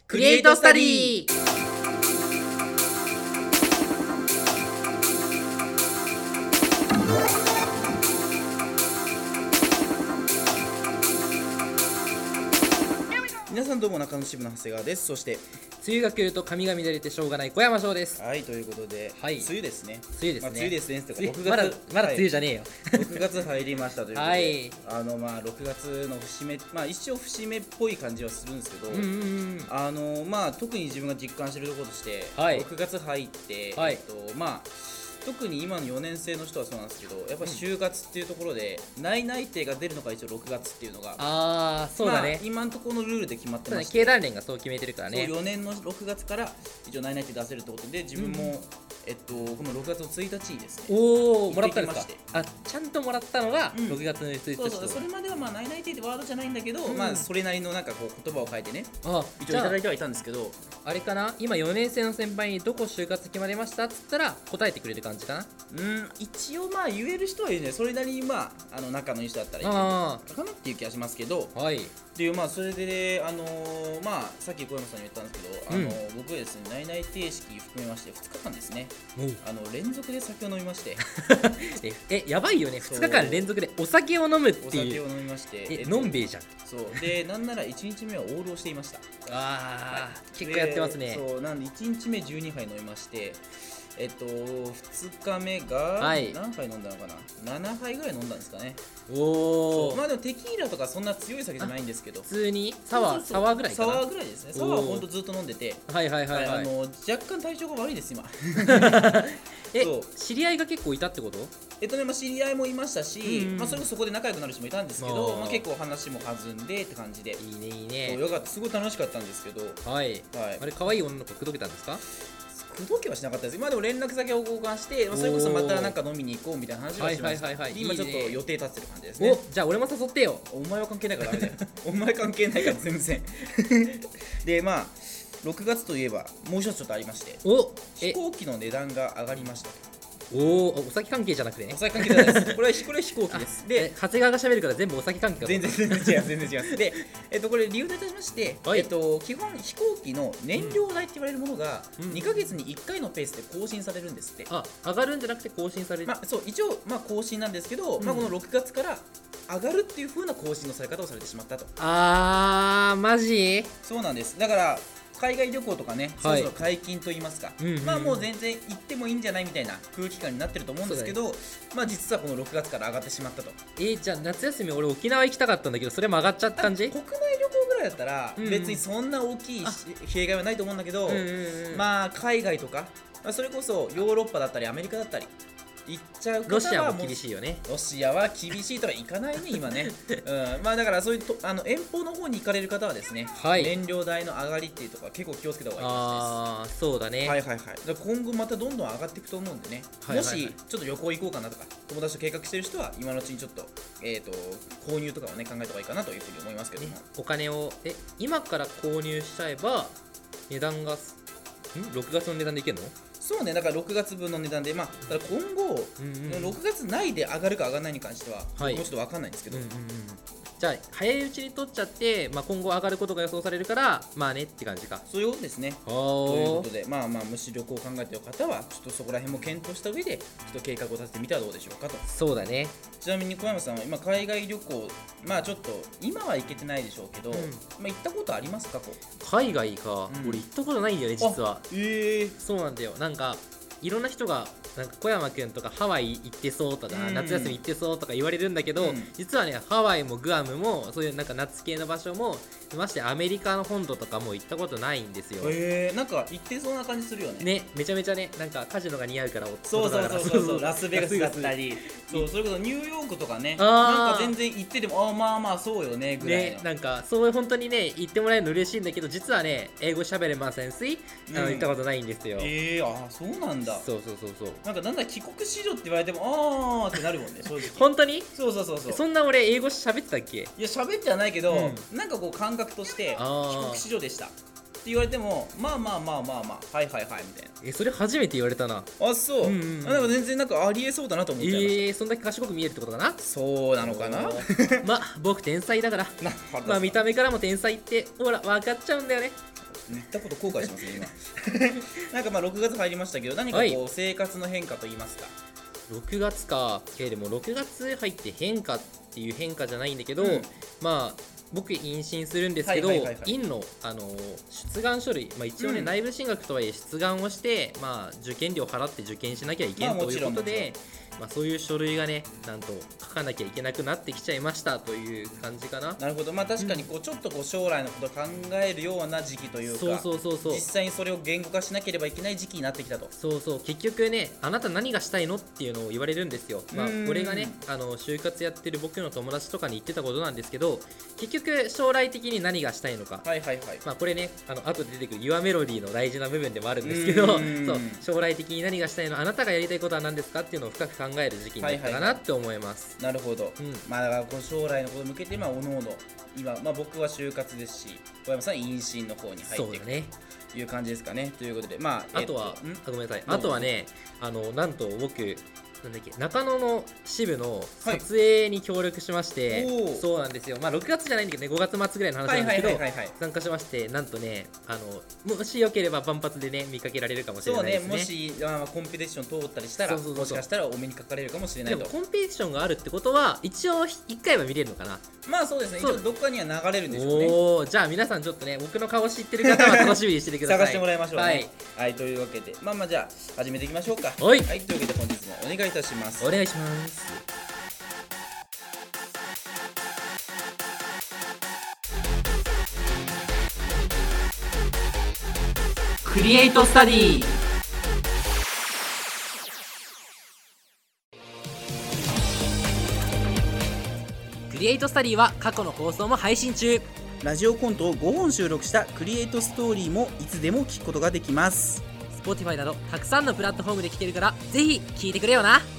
クリエイトスタディ。 皆さんどうも、中野支部の長谷川です。そして梅雨が来ると髪が乱れてしょうがない小山翔です。 はい、ということで、 はい、 梅雨ですね。 梅雨ですね。 梅雨ですねってか6 月まだ梅雨じゃねえよ。 6月入りましたということで、 はい、 6月の節目、一応節目っぽい感じはするんですけど、特に自分が実感しているところとして、 はい、 6月入って、特に今の4年生の人はそうなんですけど、やっぱ就活っていうところで、内定が出るのが一応6月っていうのが、 そうだね、 今のところのルールで決まってまして、 経団連がそう決めてるからね。 そう4年の6月から一応内定出せるってことで、自分も、この6月の1日にですね、 もらったんですか。ちゃんともらったのが6月の1日。 それまでは内定ってワードじゃないんだけど、それなりのなんかこう言葉を書いてね、一応いただいてはいたんですけど、 あれかな、今4年生の先輩にどこ就活決まりましたっつったら答えてくれる感じかな。 一応言える人はいるね。それなりに仲のいい人だったらいいかなっていう気がしますけど、 はい。 っていうそれでさっき小山さんに言ったんですけど、僕はですね、内々定式含めまして2日間ですね、連続で酒を飲みましてやばいよね、2日間連続でお酒を飲むっていう。 お酒を飲みまして、 のんべいじゃん。 そうで、なんなら1日目はオールをしていました。 結構やってますね。 そうなんで1日目12杯飲みまして、2日目が何杯飲んだのかな、7杯ぐらい飲んだんですかね。でもテキーラとかそんな強い酒じゃないんですけど、 普通にサワーぐらいかな。 サワーぐらいですね。サワーはほんとずっと飲んでて、若干体調が悪いです今。 知り合いが結構いたってこと？ 知り合いもいましたし、それこそそこで仲良くなる人もいたんですけど、結構話も弾んでって感じで、 いいねいいね。 よかった、すごい楽しかったんですけど、 あれ可愛い女の子口説けたんですか？ 口説けはしなかったです。今でも連絡先を交換して、それこそまたなんか飲みに行こうみたいな話はしました。今ちょっと予定立ってる感じですね。 じゃあ俺も誘ってよ。 お前は関係ないからダメだよ。お前関係ないから全然。で6月といえばもう一つちょっとありまして、飛行機の値段が上がりました。 お酒関係じゃなくてね。 お酒関係じゃないです。これは飛行機です。で、 長谷川が喋るから全部お酒関係か。 全然違います。で、これ理由といたしまして、基本飛行機の燃料代って言われるものが2ヶ月に1回のペースで更新されるんですって。 上がるんじゃなくて更新される。 そう、一応更新なんですけど、この6月から上がるっていう風な更新のされ方をされてしまったと。 マジ？ そうなんです。だから海外旅行とかね、そろそろ解禁と言いますか、もう全然行ってもいいんじゃないみたいな空気感になってると思うんですけど、実はこの6月から上がってしまったと。 じゃあ夏休み俺沖縄行きたかったんだけど、それも上がっちゃった感じ？ 国内旅行ぐらいだったら別にそんな大きい弊害はないと思うんだけど、海外とか、それこそヨーロッパだったりアメリカだったり行っちゃう方は、 ロシアも厳しいよね。 ロシアは厳しいとはいかないね今ね。だからそういう遠方の方に行かれる方はですね、燃料代の上がりっていうところは結構気をつけた方がいいらしいです。そうだね。今後またどんどん上がっていくと思うんでね、もしちょっと旅行行こうかなとか友達と計画してる人は今のうちにちょっと購入とかをね考えた方がいいかなというふうに思いますけども、 お金を今から購入しちゃえば値段が6月の値段でいけるの？ そうね、だから6月分の値段で、だから今後、6月内で上がるか上がらないに関しては、もうちょっと分かんないんですけど、 じゃあ早いうちに取っちゃって、今後上がることが予想されるからって感じか。 そういうことですね。ということで、もし旅行を考えている方はちょっとそこら辺も検討した上でちょっと計画を立ててみてはどうでしょうかと。 そうだね。 ちなみに小山さんは今海外旅行、ちょっと今は行けてないでしょうけど、行ったことありますか？ 海外か、俺行ったことないんだよね実は。そうなんだよ。なんかいろんな人が小山くんとかハワイ行ってそうとか、夏休み行ってそうとか言われるんだけど、実はねハワイもグアムもそういう夏系の場所もましてアメリカの本土とかも行ったことないんですよ。 なんか行ってそうな感じするよね。 めちゃめちゃね、カジノが似合うから。 そうラスベガスだったり、それこそニューヨークとかね、なんか全然行っててもそうよねぐらいのそう本当にね言ってもらえるの嬉しいんだけど、実はね英語喋れませんし、行ったことないんですよ。 そうなんだ。 そうなんだ帰国子女って言われてもってなるもんね、正直。 本当に？ そうそんな俺英語喋ってたっけ？ いや喋ってはないけど、なんかこう感覚として帰国子女でしたって言われてもはいみたいな。 それ初めて言われたな。 そう。なんか全然ありえそうだなと思っちゃいました。 そんだけ賢く見えるってことかな？ そうなのかな。 僕天才だから。見た目からも天才ってほら分かっちゃうんだよね。 言ったこと後悔しますね今なんかまあ6月入りましたけど、何かこう生活の変化といいますか。 6月か。でも6月入って変化っていう変化じゃないんだけど、まあ僕妊娠するんですけど、院の、出願書類、一応ね、内部進学とはいえ出願をして、受験料払って受験しなきゃいけんということで、そういう書類がね、なんと書かなきゃいけなくなってきちゃいましたという感じかな。 なるほど。確かにちょっと将来のことを考えるような時期というか、実際にそれを言語化しなければいけない時期になってきたと。 結局ね、あなた何がしたいのっていうのを言われるんですよ。これがね、就活やってる僕の友達とかに言ってたことなんですけど、結局将来的に何がしたいのか、これね、後で出てくるユアメロディの大事な部分でもあるんですけど、将来的に何がしたいの、あなたがやりたいことは何ですかっていうのを深く考える時期になったかなって思います。 なるほど。だからこの将来のことに向けて、おのおの今、僕は就活ですし、小山さん妊娠の方に入っていくという感じですかね。ということで、あとは、ごめんなさい。あとはね、なんと僕中野の支部の撮影に協力しまして、そうなんですよ。6月じゃないんだけどね、5月末ぐらいの話なんですけど、参加しまして、なんとね、もしよければ万発でね見かけられるかもしれないですね。 もしコンペティション通ったりしたら、もしかしたらお目にかかれるかもしれないと。 でもコンペティションがあるってことは一応1回は見れるのかな。 そうですね。一応どっかには流れるんでしょうね。 じゃあ皆さんちょっとね、僕の顔知ってる方は楽しみにしててください。 探してもらいましょうね。はい、というわけで、じゃあ始めていきましょうか。はい、というわけで本日もお願いいたします。 お願いします。クリエイトスタディ。クリエイトスタディは過去の放送も配信中。 ラジオコントを5本収録したクリエイトストーリーもいつでも聞くことができます。 Spotify などたくさんのプラットフォームで聞けるから、ぜひ聞いてくれよな。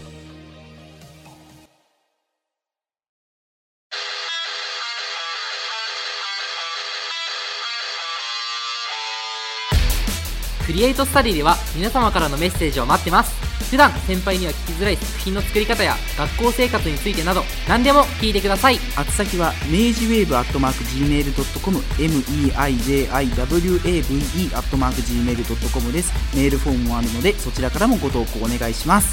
クリエイトスタディでは皆様からのメッセージを待ってます。普段先輩には聞きづらい作品の作り方や学校生活についてなど何でも聞いてください。 宛先は明治ウェーブ@gmail.com、meijiwave@gmail.com です。メールフォームもあるので、そちらからもご投稿お願いします。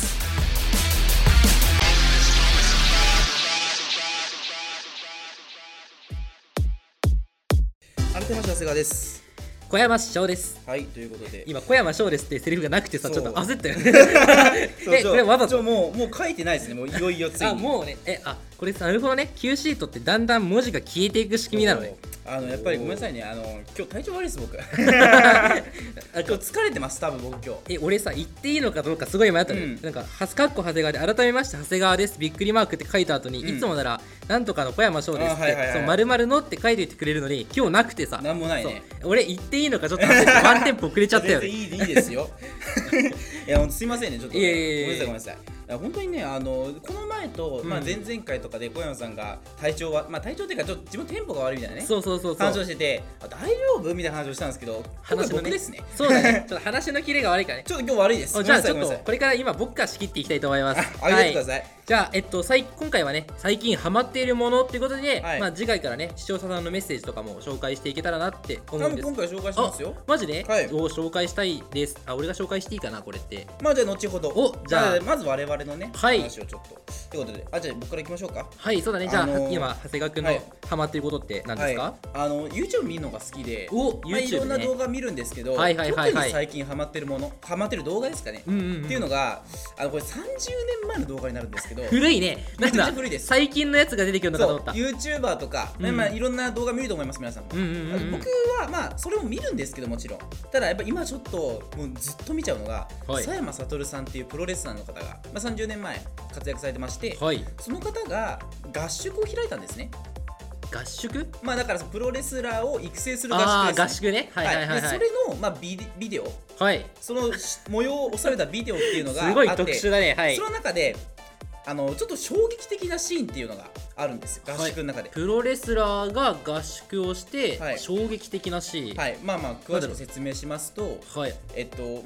改めまして長谷川です。 小山翔です。 はい、ということで今小山翔ですってセリフがなくてさ、ちょっと焦ったよねこれわざともう書いてないですね。もういよいよついにもうね、これなるほどね。Q シートってだんだん文字が消えていく仕組みなのね。 やっぱりごめんなさいね、今日体調悪いです僕今日疲れてます多分僕今日。 俺さ言っていいのかどうかすごい迷ったね。なんかかっこ長谷川で改めまして長谷川ですびっくりマークって書いた後に、いつもならなんとかの小山翔ですって丸々のって書いていてくれるのに、今日なくてさ、 なんもないね。 俺言っていいのかちょっと焦ってワンテンポ遅れちゃったよね。 いいですよいやすいませんね、ちょっと、ごめんなさい。本当にね、この前と、前々回とかで小山さんが体調は、体調っていうかちょっと自分テンポが悪いみたいなね、話をしてて、大丈夫みたいな話をしたんですけど、話の僕ですね。 そうだね、ちょっと話のキレが悪いからね。 ちょっと今日悪いです。 じゃあちょっとこれから今僕から仕切っていきたいと思います。 あげてください。 じゃあ、今回はね、最近ハマっているものっていうことで、次回からね、視聴者さんのメッセージとかも紹介していけたらなって思うんです。 今回紹介しますよ。 マジで？紹介したいです。俺が紹介していいかな、これって。 じゃあ後ほど。じゃあまず我々のね、話をちょっと。ということで、じゃあ僕から行きましょうか。 はい、そうだね。じゃあ今長谷川くんのハマっていることって何ですか ？YouTube 見るのが好きで、いろんな動画見るんですけど、特に最近ハマってるもの、ハマってる動画ですかね。っていうのが、これ30年前の動画になるんですけど、 古いね。 めちゃくちゃ古いです。 最近のやつが出てくるのかと思った。 YouTuber とか、いろんな動画見ると思います皆さんも。僕はそれも見るんですけど、もちろん。ただやっぱ今ちょっともうずっと見ちゃうのが、佐山悟さんっていうプロレスラーの方が、30年前活躍されてまして、その方が合宿を開いたんですね。 合宿？ だからプロレスラーを育成する合宿ですね。 合宿ね。 それのビデオ、その模様を収めたビデオっていうのがあって、 すごい特殊だね。 その中でちょっと衝撃的なシーンっていうのがあるんですよ、合宿の中で。 プロレスラーが合宿をして、衝撃的なシーン。 詳しく説明しますと、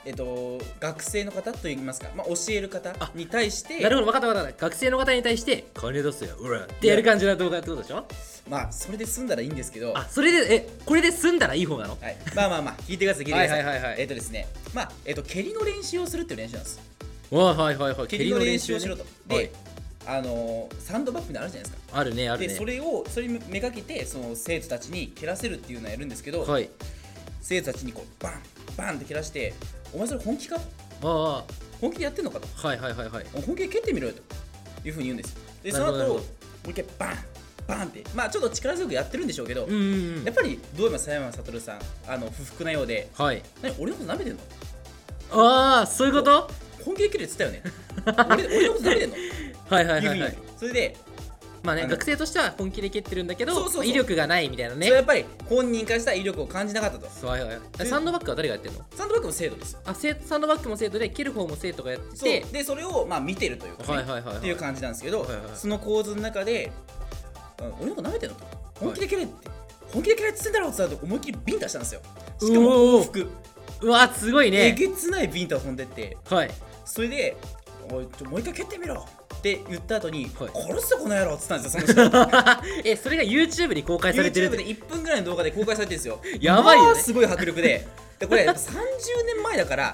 学生の方といいますか、教える方に対して、 なるほど、分かった分かった。学生の方に対して金出すよ、うらってやる感じの動画ってことでしょ。 それで済んだらいいんですけど、 それでこれで済んだらいい方なの？ はい、聞いてください、聞いてください。ですね、蹴りの練習をするっていう練習なんです。 はいはいはい。 蹴りの練習をしろと。で、サンドバッグにあるじゃないですか。 あるねあるね。 でそれにめがけてその生徒たちに蹴らせるっていうのをやるんですけど、生徒たちにこうバンバンって蹴らして、お前それ本気か？本気でやってんのかと。本気で蹴ってみろよというふうに言うんです。でその後もう一回バンバンって、ちょっと力強くやってるんでしょうけど、やっぱりどうも佐山悟さん不服なようで、何俺のこと舐めてんの？ そういうこと？ 本気で蹴れって言ったよね。俺のこと舐めてんの？それで学生としては本気で蹴ってるんだけど、威力がないみたいなね。 やっぱり本人からしたら威力を感じなかったと。 サンドバッグは誰がやってるの？ サンドバッグも生徒です。 サンドバッグも生徒で、蹴る方も生徒がやってて、 でそれを見てるというかっていう感じなんですけど、その構図の中で俺のこと舐めてんのと、本気で蹴れって本気で蹴れって言ってんだろって言ったら思いっきりビンタしたんですよ。しかも往復。 うわすごいね。 えげつないビンタを飛んでって、それでもう一回蹴ってみろって言った後に、殺すぞこの野郎って言ったんですよ、その人。 それが YouTube に公開されてる？ YouTube で1分ぐらいの動画で公開されてるんですよ。 やばいよね。 すごい迫力で。これ30年前だから、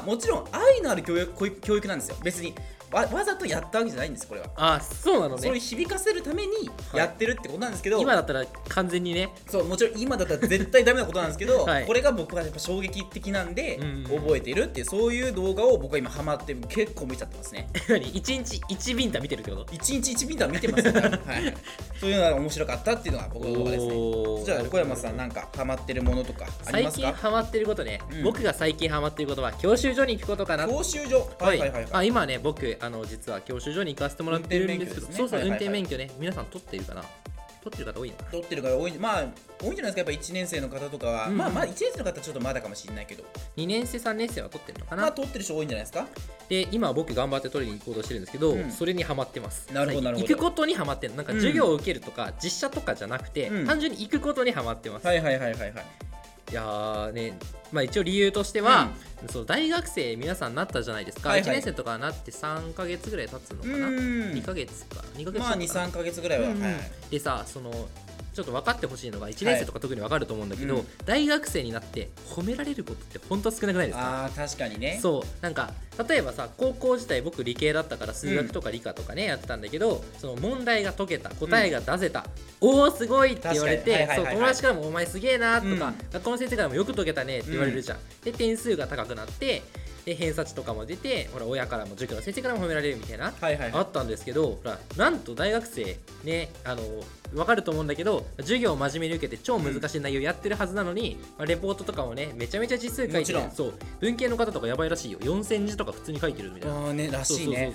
もちろん愛のある教育なんですよ。別にわざとやったわけじゃないんです。これはそうなのね。 それ響かせるためにやってるってことなんですけど、 今だったら完全にね、 もちろん今だったら絶対ダメなことなんですけど、これが僕はやっぱ衝撃的なんで覚えているっていう、そういう動画を僕は今ハマって結構見ちゃってますね。 1日1ビンタ見てるってこと？ 1日1ビンタ見てますよ。そういうのが面白かったっていうのが僕の動画ですね。じゃあ小山さん、なんかハマってるものとかありますか？ 最近ハマってることね、僕が最近ハマってることは教習所に行くことかな。 教習所、 今ね、僕実は教習所に行かせてもらってるんですけど、運転免許ね、皆さん取っているかな？取ってる方多いの？ 取ってる方多い、多いんじゃないですか。やっぱ1年生の方とかは、1年生の方はちょっとまだかもしれないけど、 2年生3年生は取ってるのかな？ 取ってる人多いんじゃないですか。 で今僕頑張って取りに行こうとしてるんですけど、それにハマってます。 なるほど。 行くことにハマってる。なんか授業を受けるとか実写とかじゃなくて、単純に行くことにハマってます。いやーね、一応理由としては、その大学生皆さんなったじゃないですか。1年生とかなって3ヶ月ぐらい経つのかな。2ヶ月か2ヶ月か 2、3ヶ月ぐらいは。 でさ、ちょっと分かってほしいのが、1年生とか特に分かると思うんだけど、大学生になって褒められることって本当少なくないですか？ 確かにね。 なんか例えばさ、高校時代僕理系だったから数学とか理科とかね、やってたんだけど、その問題が解けた、答えが出せた、おおすごいって言われて、友達からもお前すげえなとか、学校の先生からもよく解けたねって言われるじゃん。で点数が高くなって、で偏差値とかも出て、ほら親からも塾の先生からも褒められるみたいな、あったんですけど、ほらなんと大学生ね、分かると思うんだけど、授業を真面目に受けて超難しい内容やってるはずなのに、レポートとかもねめちゃめちゃ字数書いてる。文系の方とかやばいらしいよ。4000字とか普通に書いてるみたいな。 らしいね。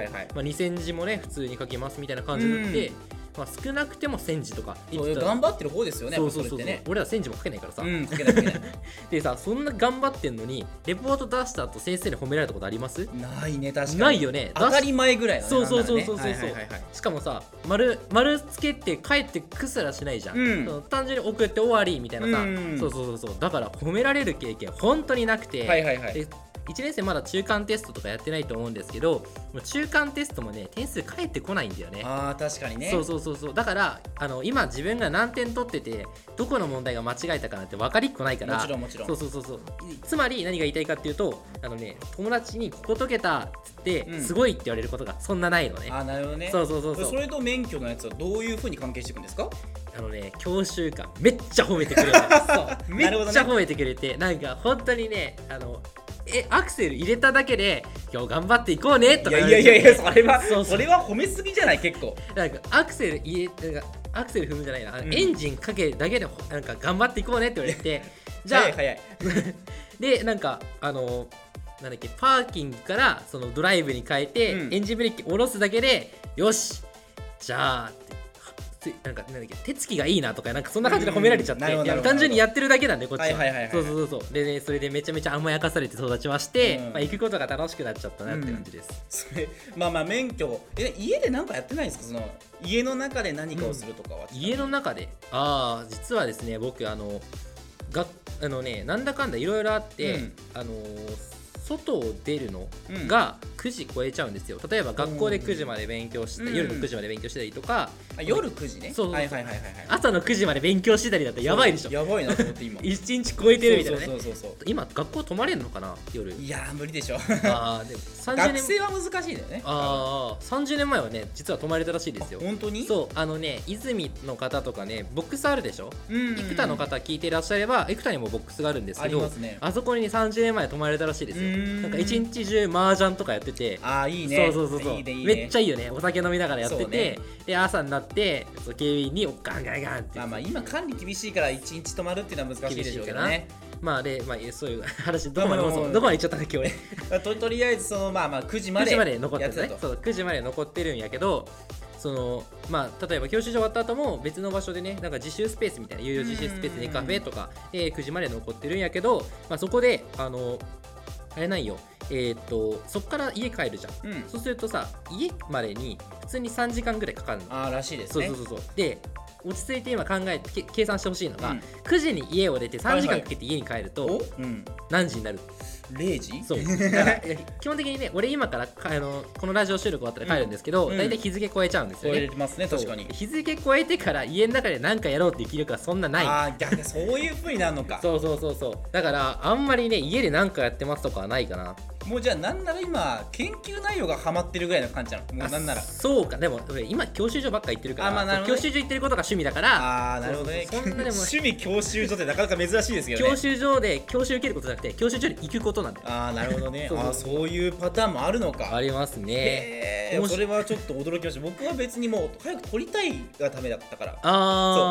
2000字もね普通に書きますみたいな感じになって、少なくても1000字とか頑張ってる方ですよね。 俺ら1000字も書けないからさ。 書けないでさ、そんな頑張ってんのにレポート出した後先生に褒められたことあります？ ないね。確かにないよね。 当たり前ぐらいのね。 そうしかもさ、丸つけて帰ってくすらしないじゃん。単純に送って終わりみたいなさ。そうだから褒められる経験本当になくて、1年生まだ中間テストとかやってないと思うんですけど、中間テストもね点数返ってこないんだよね。 確かにね。 だから今自分が何点取っててどこの問題が間違えたかなんて分かりっこないから。 もちろんつまり何が言いたいかっていうと、友達にここ解けたっつって、すごいって言われることがそんなないのね。 なるほどね。それと免許のやつはどういう風に関係していくんですか？ 教習官めっちゃ褒めてくれる。めっちゃ褒めてくれて、なんか本当にね、アクセル入れただけで今日頑張っていこうねとか。 いやそれは褒めすぎじゃない？結構なんかアクセル踏むじゃないな、エンジンかけるだけでなんか頑張っていこうねって言われてじゃあでなんかなんだっけ、パーキングからそのドライブに変えて、エンジンブレーキ下ろすだけでよしじゃあなんだっけ、手つきがいいなとか、なんかそんな感じで褒められちゃって、単純にやってるだけなんでこっちは。でね、それでめちゃめちゃ甘やかされて育ちまして、行くことが楽しくなっちゃったなって感じです。 それ免許家で何かやってないんですか？その家の中で何かをするとかは。 家の中で実はですね、僕なんだかんだいろいろあって、 外を出るのが9時超えちゃうんですよ。例えば学校で9時まで勉強して、夜の9時まで勉強してたりとか、 夜9時ね。 そう、朝の9時まで勉強してたりだったらやばいでしょ。 やばいなと思って今 1日超えてるみたいなね。 そう今学校泊まれるのかな夜。 いや無理でしょ。 でも30年学生は難しいんだよね。 30年前はね実は泊まれたらしいですよ。 本当に？ そう泉の方とかねボックスあるでしょ。生田の方聞いていらっしゃれば生田にもボックスがあるんですけど、あそこに30年前泊まれたらしいですよ。なんか一日中麻雀とかやってて、 いいね。 そうめっちゃいいよね。お酒飲みながらやってて、で朝になって警備員にガンガンガンって。 今管理厳しいから一日泊まるっていうのは難しいでしょうけどね。 そういう話どこまで行っちゃったんだっけ俺。 とりあえず9時まで残ってるね。そう9時まで残ってるんやけど、例えば教習所終わった後も別の場所でねなんか自習スペースみたいな有料自習スペースにカフェとか9時まで残ってるんやけど、そこであれないよ。そっから家帰るじゃん。そうするとさ家までに普通に3時間ぐらいかかるの。 らしいですね。 そうで落ち着いて今計算してほしいのが、9時に家を出て3時間かけて家に帰ると何時になる ？0時？ そうだから基本的にね俺今からこのラジオ収録終わったら帰るんですけど、大体日付超えちゃうんですよね。 超えますね。確かに日付超えてから家の中で何かやろうっていう気力はそんなない。 逆にそういう風になるのか。 そうだからあんまりね家で何かやってますとかはないかな。 もうじゃあなんなら今研究内容がハマってるぐらいの感じなの。もうなんならそうか。でも俺今教習所ばっか行ってるから、教習所行ってることが趣味だから。 なるほどね。 そんなでも趣味教習所ってなかなか珍しいですけどね。 教習所で教習受けることじゃなくて教習所に行くことなんだよ。 なるほどね。そういうパターンもあるのか。 ありますね。 それはちょっと驚きました。僕は別にもう早く取りたいがためだったから。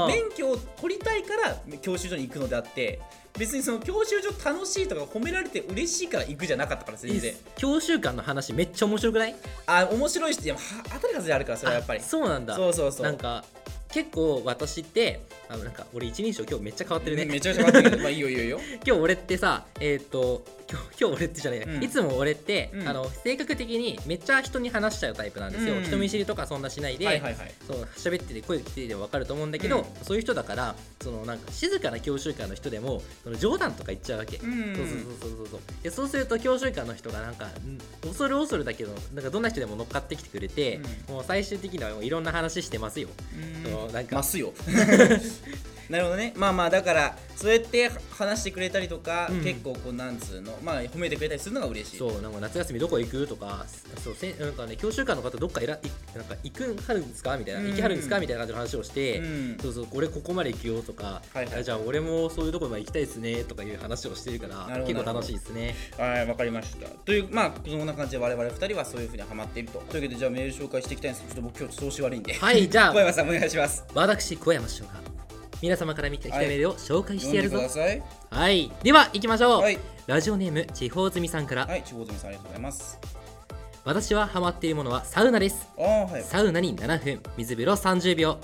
免許を取りたいから教習所に行くのであって、別にその教習所楽しいとか褒められて嬉しいから行くじゃなかったから全然。 教習官の話めっちゃ面白くない？ 面白いし、当たり外れあるからそれはやっぱり。 そうなんだ。そうなんか結構私ってなんか俺一人称今日めっちゃ変わってるね。 めちゃめちゃ変わってるけどいいよいいよ。 今日俺ってさ今日俺ってじゃない、いつも俺って、性格的にめっちゃ人に話しちゃうタイプなんですよ。人見知りとかそんなしないで、喋ってて声聞いてて分かると思うんだけど、そういう人だからなんか静かな教習官の人でも冗談とか言っちゃうわけ。そうすると教習官の人がなんか恐るだけどなんかどんな人でも乗っかってきてくれて、もう最終的にはもういろんな話してますよ。 なんかますよ。なるほどね。だからそうやって話してくれたりとか、結構なんつうの褒めてくれたりするのが嬉しい。 そうなんか夏休みどこ行くとか、なんかね教習官の方どっかなんか行くはるんですかみたいな、行きはるんですかみたいな感じの話をして、俺ここまで行くよとか、じゃあ俺もそういうところまで行きたいですねとかいう話をしてるから結構楽しいですね。 わかりました。というこんな感じで我々2人はそういう風にハマっていると。というわけでじゃあメール紹介していきたいんですけど、僕今日調子悪いんで。じゃあ小山さんお願いします。 私小山翔が皆様から来たメールを紹介してやるぞ。 はい、 では行きましょう。ラジオネーム地方住さんから。 地方住さんありがとうございます。 私はハマっているものはサウナです。サウナに7分、水風呂30秒、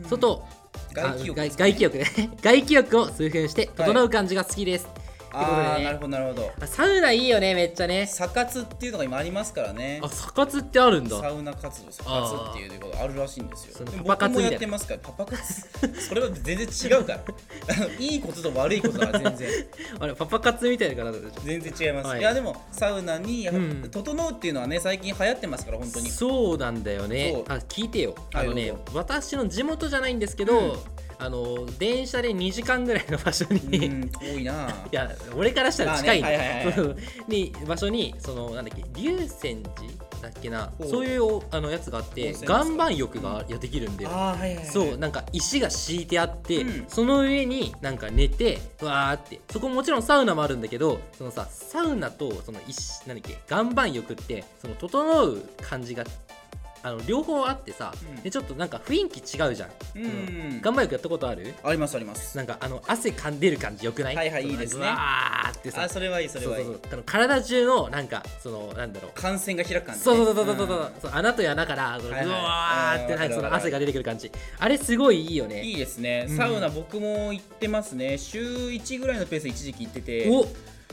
外気浴ね外気浴を数分して整う感じが好きです。 なるほどなるほど。 サウナいいよねめっちゃね。 サ活っていうのが今ありますからね。 サ活ってあるんだ。 サウナ活動、サ活っていうことあるらしいんですよ。 パパ活みたいな。 僕もやってますから。パパ活それは全然違うからいいことと悪いことだから全然あれパパ活みたいなから全然違います。いやでもサウナに整うっていうのはね最近流行ってますから本当に。 そうなんだよね。聞いてよ。私の地元じゃないんですけど、電車で2時間ぐらいの場所に遠いな。 いや俺からしたら近い場所になんだっけ龍泉寺だっけな、そういうやつがあって岩盤浴ができるんで、そうなんか石が敷いてあって、その上になんか寝てわーって、そこもちろんサウナもあるんだけど、サウナとなんだっけ岩盤浴って整う感じが両方あってさ、でちょっとなんか雰囲気違うじゃん。岩盤浴やったことある？ ありますあります。 なんか汗かんでる感じよくない？ いいですね。 わーってさ、 それはいいそれはいい。 体中のなんかなんだろう、 汗腺が開く感じ。 そう穴と穴からうわーってなんか汗が出てくる感じ。あれすごいいいよね。 いいですね。サウナ僕も行ってますね。週1ぐらいのペースで一時期行ってて。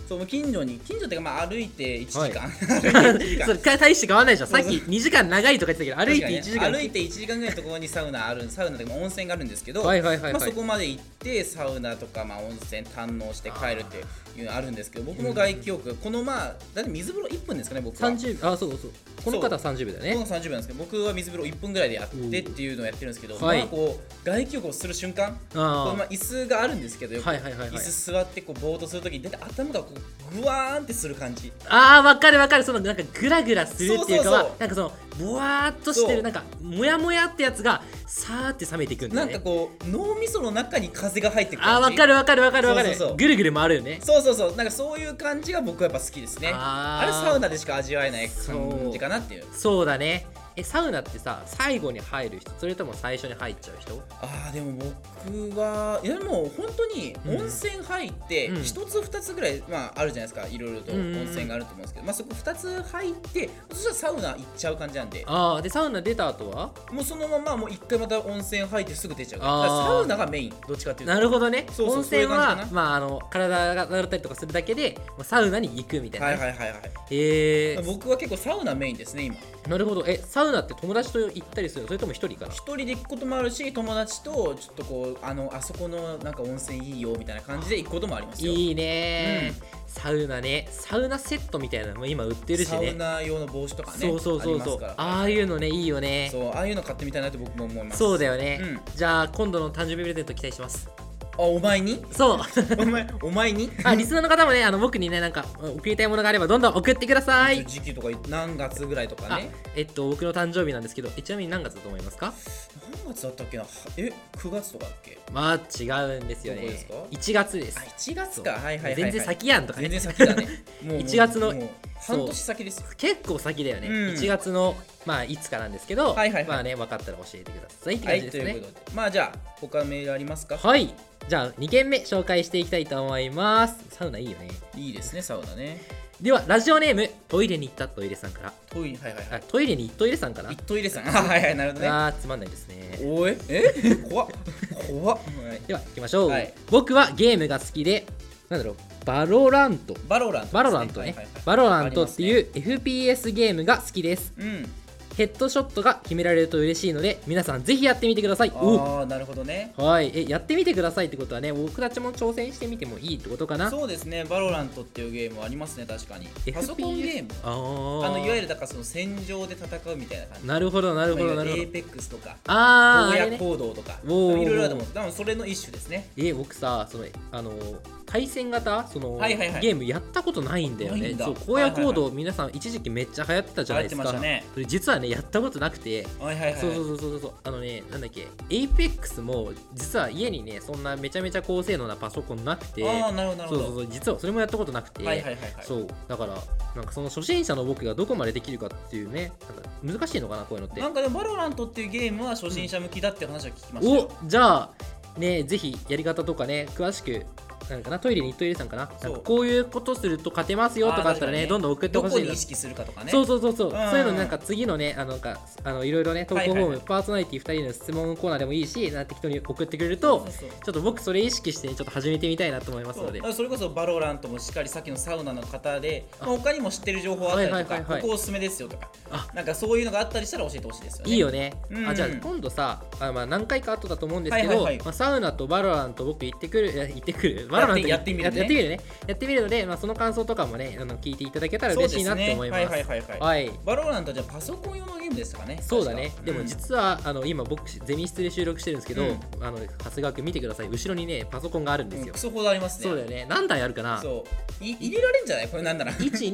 そう近所っていうかまあ歩いて1時間、 それ大して変わんないじゃん。さっき2時間長いとか言ってたけど歩いて1時間、 歩いて1時間ぐらいのところにサウナというか温泉があるんですけど、 まあそこまで行ってサウナとかまあ温泉堪能して帰るっていうのあるんですけど、僕も外気浴このまあだって水風呂1分ですかね僕は。 30そうこの方は30秒だよね。 僕は30秒なんですけど、僕は水風呂1分ぐらいでやってっていうのをやってるんですけど、まあこう外気浴をする瞬間、椅子があるんですけど、椅子座ってこうぼーっとするときに頭がこうグワーンってする感じ。 わかる。そのなんかグラグラするっていうかは、なんかそのボワーっとしてるなんかモヤモヤってやつがさーって冷めていくんだよね。 なんかこう脳みその中に風が入ってくる感じ。 わかる。ぐるぐる回るよね。 そうなんかそういう感じが僕はやっぱ好きですね。あれサウナでしか味わえない感じかなっていう。 そうだね。サウナってさ、最後に入る人、それとも最初に入っちゃう人？ でも僕はいやでも本当に温泉入って1つ2つぐらいまああるじゃないですか、いろいろと温泉があると思うんですけど、まあそこ2つ入ってそしたらサウナ行っちゃう感じなんで。 でサウナ出た後はもうそのままもう一回また温泉入ってすぐ出ちゃうから、サウナがメインどっちかっていうと。 なるほどね。温泉はまあ体が洗ったりとかするだけでサウナに行くみたいな。僕は結構サウナメインですね今。 なるほど。サウナって友達と行ったりするの？それとも一人かな？ 一人で行くこともあるし、友達とちょっとこうあそこのなんか温泉いいよみたいな感じで行くこともありますよ。 いいね、サウナね。サウナセットみたいなのも今売ってるしね。 サウナ用の帽子とかね。 そうああいうのね、いいよね。 そう、ああいうの買ってみたいなと僕も思います。 そうだよね、じゃあ今度の誕生日プレゼント期待します。 お前に？ そうお前に？ リスナーの方もね、僕にねなんか送りたいものがあればどんどん送ってください。 時期とか何月ぐらいとかね。 僕の誕生日なんですけど、ちなみに何月だと思いますか？ 何月だったっけな。9月とかだっけ？ まあ違うんですよね。1月です。 1月か。はい。 全然先やんとかね。 全然先だね。 もう1月の半年先ですよ。 結構先だよね。1月のまあいつかなんですけど、まあね分かったら教えてくださいって感じですね。 ということで、まあじゃあ他メールありますか？ はい。じゃあ2件目紹介していきたいと思います。サウナいいよね。 いいですね、サウナね。 ではラジオネームトイレに行ったトイレさんから。 トイレに行っといれさんかな。 行っといれさん。はいなるほどね。 つまんないですね。 おい怖っでは行きましょう。僕はゲームが好きで、なんだろう、バロラントね。バロラントっていう FPS ゲームが好きです。ヘッドショットが決められると嬉しいので、皆さんぜひやってみてください。 なるほどね。 はい。やってみてくださいってことはね、僕たちも挑戦してみてもいいってことかな。 そうですね。バロラントっていうゲームありますね、確かに。パソコンゲーム。いわゆるだからその戦場で戦うみたいな感じ。 なるほど。エーペックスとか荒野行動とかいろいろあると思う。多分それの一種ですね。 僕さ、その対戦型ゲームやったことないんだよね。そう、荒野行動皆さん一時期めっちゃ流行ってたじゃないですか。それ実はねやったことなくて、そうなんだっけ、エイペックスも実は家にねそんなめちゃめちゃ高性能なパソコンなくて、そう実はそれもやったことなくて、そうだからなんかその初心者の僕がどこまでできるかっていうね、なんか難しいのかなこういうのって。 なんかでもバロラントっていうゲームは初心者向きだって話は聞きましたよ。 じゃあね、ぜひやり方とかね詳しくなんかな、トイレに行っといれさんかな、なんかこういうことすると勝てますよとかあったらね、どんどん送ってほしい。 どこに意識するかとかね。 そういうのなんか次のね、なんかいろいろね投稿フォーム、パーソナリティ2人の質問コーナーでもいいし、適当に送ってくれるとちょっと僕それ意識してちょっと始めてみたいなと思いますので。 それこそバロラントもしっかりさっきのサウナの方で他にも知ってる情報あったりとか、ここおすすめですよとか、なんかそういうのがあったりしたら教えてほしいですよね。 いいよね。じゃあ今度さ、何回か後だと思うんですけど、サウナとバロラント僕行ってくるバロラントやってみるので、その感想とかもね聞いていただけたら嬉しいなって思います。 バロラントじゃパソコン用のゲームですかね。 そうだね。でも実は今僕ゼミ室で収録してるんですけど、長谷川君見てください、後ろにねパソコンがあるんですよ。 クソほどありますね。 そうだよね。何台あるかな。 入れられんじゃないこれ。なんなら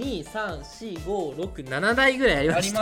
1,2,3,4,5,6,7 台ぐらいありまして、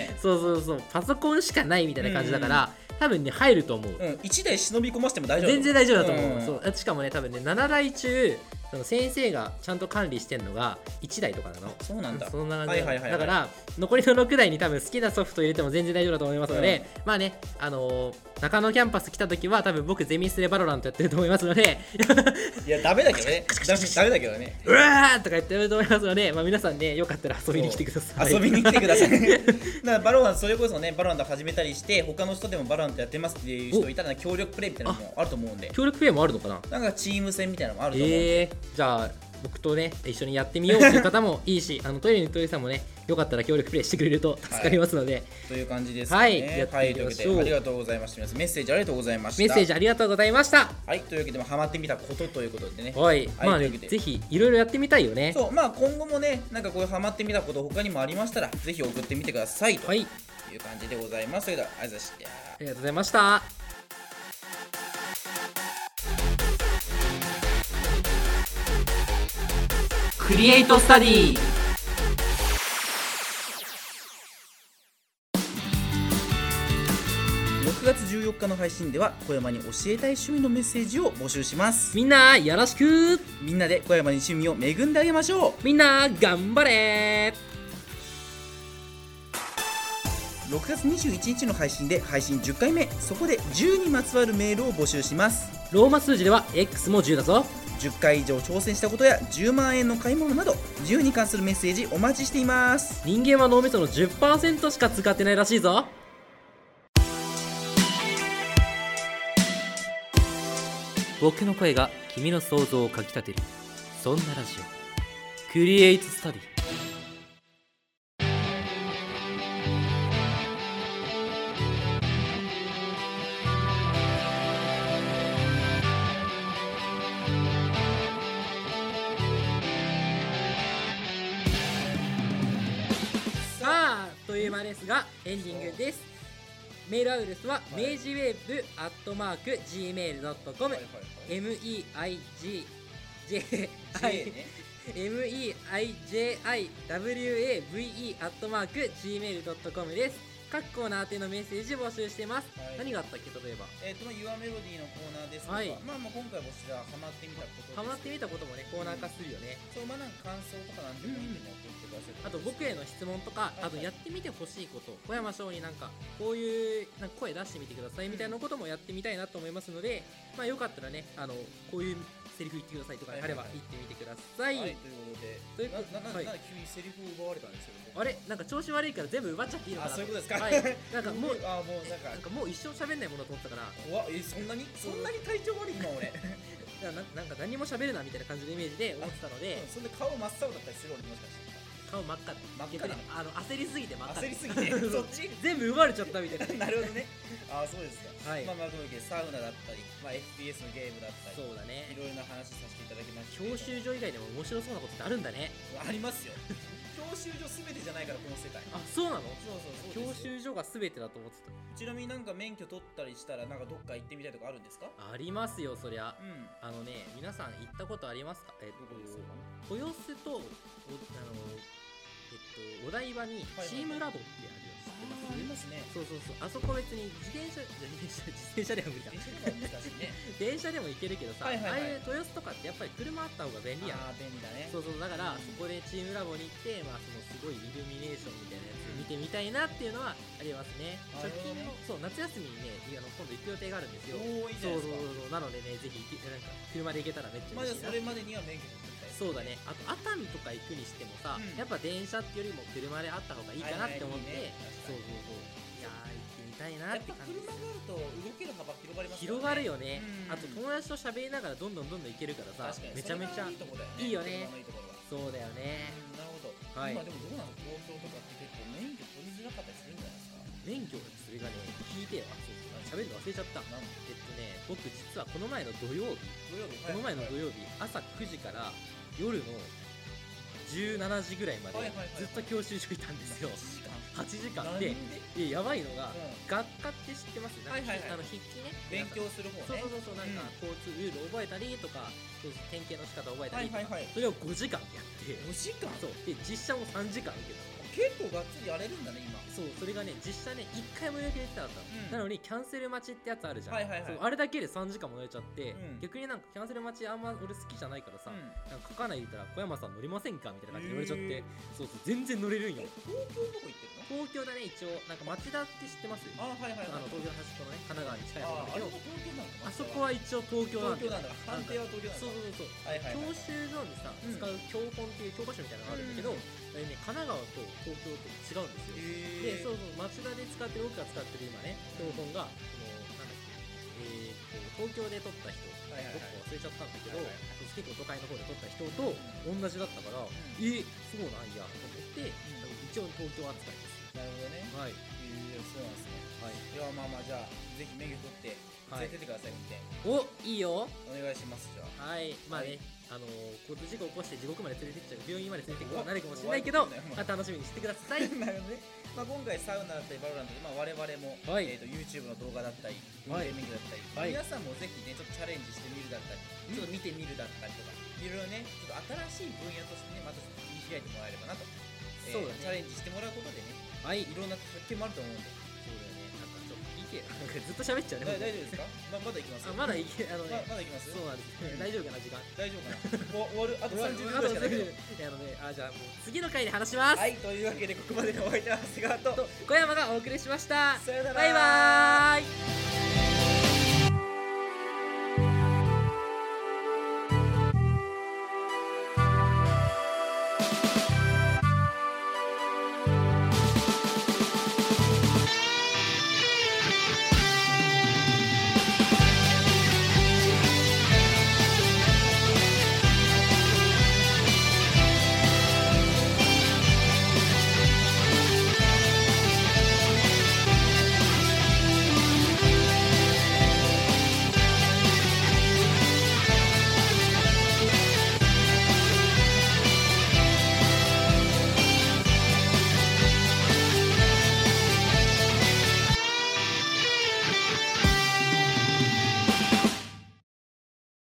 そうパソコンしかないみたいな感じだから、多分ね入ると思う。 1台忍び込ませても大丈夫。 全然大丈夫だと思う。しかもね多分ね7台中その先生がちゃんと管理してんのが1台とかなの。 そうなんだ。 そんな感じだから残りの6台に多分好きなソフト入れても全然大丈夫だと思いますので、まあね中野キャンパス来た時は多分僕ゼミスでバロラントやってると思いますのでいやダメだけどねうわーとか言ってると思いますので、皆さんねよかったら遊びに来てください。 遊びに来てくださいだからバロラント、それこそねバロラント始めたりして他の人でもバロラントやってますっていう人いたら協力プレイみたいなのもあると思うんで。 協力プレイもあるのかな。 なんかチーム戦みたいなのもあると思うんで、 じゃあ僕とね一緒にやってみようという方もいいしトイレにトイレさんもねよかったら協力プレイしてくれると助かりますので、 という感じですね。 はい、やっていきましょう。 ありがとうございました。皆さんメッセージありがとうございました。 メッセージありがとうございました。 はい、というわけでハマってみたことということでね。 はい、まあね、ぜひいろいろやってみたいよね。 そう、まあ今後もね、なんかこういうハマってみたこと他にもありましたらぜひ送ってみてくださいという感じでございます。それではありがとうございました。 ありがとうございました。クリエイトスタディ。 6月14日の配信では小山に教えたい趣味のメッセージを募集します。 みんなよろしく。 みんなで小山に趣味を恵んであげましょう。みんな頑張れ。 6月21日の配信で配信10回目、そこで10にまつわるメールを募集します。 ローマ数字では X も10だぞ。 10回以上挑戦したことや10万円の買い物など10に関するメッセージお待ちしています。 人間は脳みその 10% しか使ってないらしいぞ。僕の声が君の想像をかきたてる、そんなラジオクリエイトスタディ。という間ですがエンディングです。メールアドレスは、明治ウェブ@gmail.com meijiwave@gmail.com です。各コーナー宛てのメッセージ募集してます。何があったっけ、例えば Your Melody のコーナーですとか、まあ今回もこちらハマってみたことです。 ハマってみたこともねコーナー化するよね。 そう、まあなんか感想とかなんでもいいんでね、送ってください。 あと僕への質問とか、あとやってみてほしいこと、小山翔になんかこういうなんか声出してみてくださいみたいなこともやってみたいなと思いますので、まあよかったらねこういうセリフ言ってくださいとかあれば言ってみてください。 はい、ということで、なんで急にセリフを奪われたんですけど、 あれなんか調子悪いから全部奪っちゃっていいのかな。 あ、そういうことですか。 はい、なんかもうなんかもう一生喋んないものと思ったから。 怖っ、そんなに体調悪い今俺。 なんか何も喋るなみたいな感じのイメージで思ってたので、 そんで顔真っ青だったりする俺、もしかして。 顔真っ赤で焦りすぎて真っ赤で、 焦りすぎてそっち全部奪われちゃったみたいな。 なるほどね。あ、そうですか。 はい、 まあまあサウナだったり、まあ FPS のゲームだったり、 そうだね、 いろいろな話させていただきました。 教習所以外でも面白そうなことってあるんだね。 ありますよ。教習所すべてじゃないからこの世界。 あ、そうなの？ そう教習所がすべてだと思ってた。 ちなみになんか免許取ったりしたらなんかどっか行ってみたいとかあるんですか？ ありますよ、そりゃ。皆さん行ったことありますか？豊洲とお台場にチームラボってあるよ。知ってます？ ありますね。 そう、あそこ別に自転車では無理だ。電車でも行けるけどさ、ああいう豊洲とかってやっぱり車あった方が便利やん。 ああ、便利だね。 そう、だからそこでチームラボに行って、まあそのすごいイルミネーションみたいなやつ見てみたいなっていうのはありますね。直近の夏休みにね、今度行く予定があるんですよ。そうなのでね、ぜひなんか車で行けたらめっちゃ嬉しいな。 まだそれまでには免許取ってみたい。 そうだね。あと熱海とか行くにしてもさ、やっぱ電車ってよりも車であった方がいいかなって思って、そういやー行ってみたいなって感じです。 車があると動ける幅広がりますよね。広がるよね。あと友達と喋りながらどんどん行けるからさ、めちゃめちゃいいよね。そうだよね。 なるほど。今でもどうなの？東京とかって結構免許取りづらかったりするんじゃないですか？ 免許それがね、聞いてよ。喋るの忘れちゃった。僕実はこの前の土曜日、朝9時から夜の17時ぐらいまでずっと教習所いたんですよ。8時間で、やばいのが、学科って知ってます？筆記ね、 勉強する方ね。 そうなんか交通ルール覚えたりとか、点検の仕方覚えたりとか、それを5時間やって、 5時間？ そうで実写も3時間受けた。 結構がっつりやれるんだね今。 そう、それがね、実写ね1回も予約できなかったの。なのにキャンセル待ちってやつあるじゃん。あれだけで3時間も乗れちゃって、逆になんかキャンセル待ちあんま俺好きじゃないからさ、なんか書かないでいたら小山さん乗りませんかみたいな感じで言われちゃって、そう全然乗れるんよ。 東京どこ行ってるの？ 東京だね、一応なんか町田って知ってます？東京の端っこのね、神奈川に近い方なんだけど、あそこは一応東京なんだよ。 判定は東京なんだ。 そう教習所にさ使う教本っていう教科書みたいなのがあるんだけど、神奈川と東京と違うんですよ。で、町田で使ってる、僕が使ってる今ね教本が東東京で撮った人、どこか忘れちゃったんだけど、結構都会の方で撮った人と同じだったから、そうなんやと思って、一応東京扱いです。 なるほどね。 はい。 そうなんですね。はい。いや、まあまあ、じゃあぜひ免許取って連れてってください、見て。 お、いいよ。 お願いします。じゃあ。はい。まあね、交通事故起こして地獄まで連れてっちゃう、病院まで連れてくことはないかもしれないけど、楽しみにしてください。 なるほどね。まあ今回サウナだったりバロラントで、まあ我々も YouTube の動画だったり、運転免許だったり、皆さんもぜひね、ちょっとチャレンジしてみるだったり、ちょっと見てみるだったりとか、いろいろね、ちょっと新しい分野としてね、また切り開いてもらえればなと。そうだね。チャレンジしてもらうことでね、いろんな発見もあると思うんで。 そうだよね。なんかちょっと聞いてよ。なんかずっと喋っちゃうね。 大丈夫ですか？まだいきます。 まだいけ、 まだいきます。 そうなんです。大丈夫かな、時間。 大丈夫かな。終わる。あと30秒しかないけど。 じゃあもう次の回で話します。 はい、というわけでここまでのお相手は長谷川と小山がお送りしました。 さよなら。 バイバーイ。